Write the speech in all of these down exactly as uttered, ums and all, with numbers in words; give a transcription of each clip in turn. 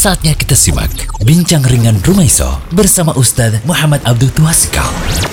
Saatnya kita simak Bincang Ringan Rumaiso bersama Ustadz Muhammad Abdul Tuasikal.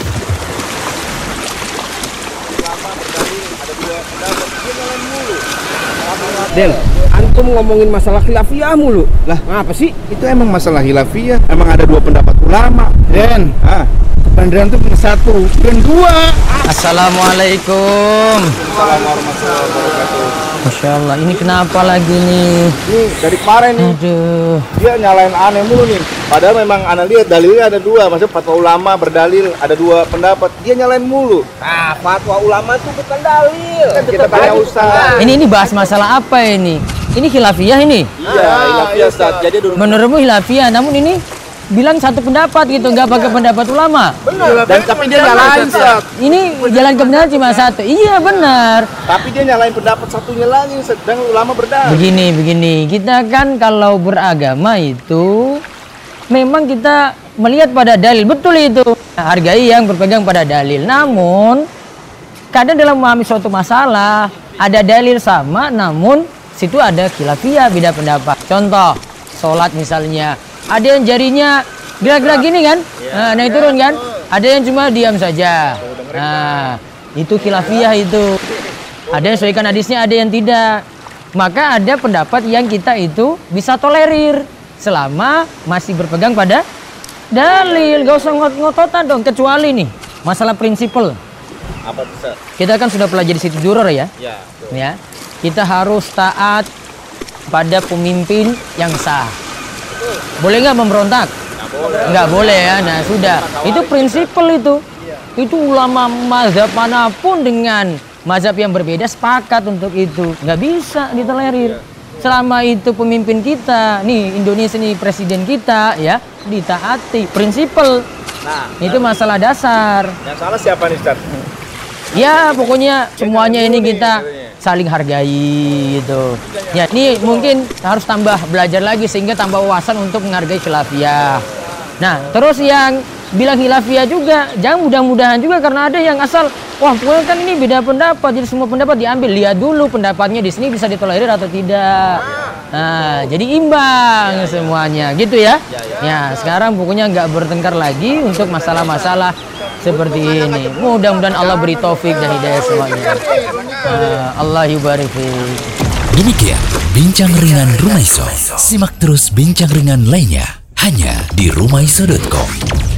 Den, antum ngomongin masalah khilafiyah mulu. Lah, ngapa sih? itu emang masalah khilafiyah. Emang ada dua pendapat ulama. Den, Ah, kepandaian tuh punya satu dan dua. Assalamualaikum. Assalamualaikum warahmatullahi wabarakatuh. Masya Allah, ini kenapa lagi nih? Nih, dari kemarin nih, Aduh, dia nyalain aneh mulu nih. Padahal memang ana lihat dalilnya ada dua. Maksudnya fatwa ulama berdalil ada dua pendapat. Dia nyalain mulu. Ah, fatwa ulama tuh bukan dalil. Kan kita tanya Ustaz. ini ini bahas masalah apa ini? Ini khilafiyah ini? Iya, khilafiyah Ustaz. Jadi dulu Menurutmu khilafiyah, namun ini bilang satu pendapat gitu, nggak pakai pendapat ulama. benar. Dan tapi dia nyalain Ustaz. Ini jalan kebenaran cuma satu. Iya benar. Tapi dia nyalain pendapat satunya lagi, sedang ulama berdalil. Begini, begini. Kita kan kalau beragama itu memang kita melihat pada dalil, betul itu. Hargai yang berpegang pada dalil. Namun kadang dalam memahami suatu masalah ada dalil sama, namun situ ada khilafiyah, beda pendapat. Contoh, sholat misalnya, ada yang jarinya gerak-gerak gini kan, nah naik turun kan, ada yang cuma diam saja. Nah itu khilafiyah itu. Ada yang sesuaikan hadisnya, ada yang tidak. Maka ada pendapat yang kita itu bisa tolerir selama masih berpegang pada dalil. Gak usah ngot-ngototan dong, kecuali nih masalah prinsipal. Apa Ustaz? Kita kan sudah pelajari situ juror ya. Ya. Ya, kita harus taat pada pemimpin yang sah. Boleh nggak memberontak? Nggak boleh ya. Nah sudah, itu prinsipal itu. Itu ulama mazhab manapun dengan mazhab yang berbeda sepakat untuk itu. Nggak bisa ditolerir. Selama itu pemimpin kita, nih Indonesia nih presiden kita ya, ditaati. Prinsipal. Nah, Itu masalah dasar. yang salah siapa nih Ustaz? Ya pokoknya semuanya ini kita saling hargai gitu. Ya ini mungkin harus tambah belajar lagi sehingga tambah wawasan untuk menghargai khilafiyah. Nah terus yang bilang khilafiyah juga jangan mudah-mudahan juga, karena ada yang asal wah pokoknya kan ini beda pendapat jadi semua pendapat diambil. Lihat dulu pendapatnya di sini bisa ditolerir atau tidak. Nah jadi imbang semuanya gitu ya. Ya sekarang pokoknya nggak bertengkar lagi untuk masalah-masalah seperti ini. Mudah-mudahan Allah beri taufik dan hidayah semuanya. Uh, Allah yubarik fiik. Demikian Bincang Ringan Rumaiso. Simak terus bincang ringan lainnya hanya di rumaiso titik com.